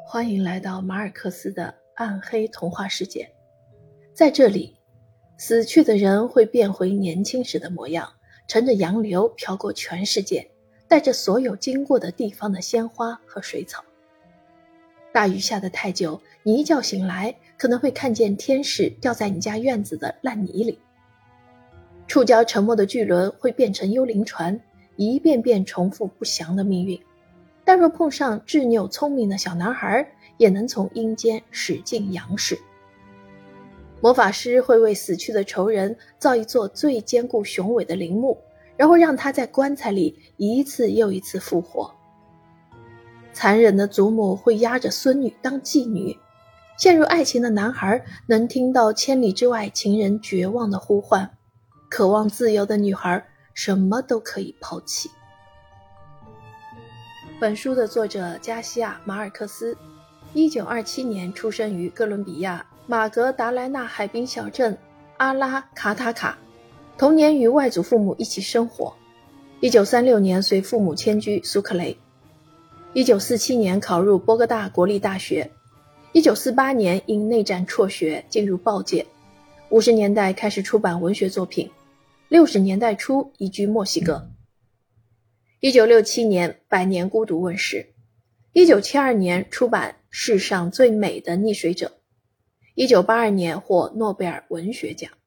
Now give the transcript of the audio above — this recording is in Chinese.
欢迎来到马尔克斯的暗黑童话世界。在这里，死去的人会变回年轻时的模样，乘着洋流飘过全世界，带着所有经过的地方的鲜花和水草。大雨下得太久，你一觉醒来，可能会看见天使掉在你家院子的烂泥里。触礁沉没的巨轮会变成幽灵船，一遍遍重复不祥的命运。但若碰上执拗聪明的小男孩，也能从阴间驶进阳世。魔法师会为死去的仇人造一座最坚固雄伟的陵墓，然后让他在棺材里一次又一次复活。残忍的祖母会压着孙女当妓女，陷入爱情的男孩能听到千里之外情人绝望的呼唤，渴望自由的女孩什么都可以抛弃。本书的作者加西亚·马尔克斯1927年出生于哥伦比亚马格达莱纳海滨小镇阿拉卡塔卡，童年与外祖父母一起生活。1936年随父母迁居苏克雷。1947年考入波哥大国立大学。1948年因内战辍学进入报界。50年代开始出版文学作品，60年代初移居墨西哥。1967年《百年孤独》问世。1972年出版《世上最美的溺水者》。1982年获诺贝尔文学奖。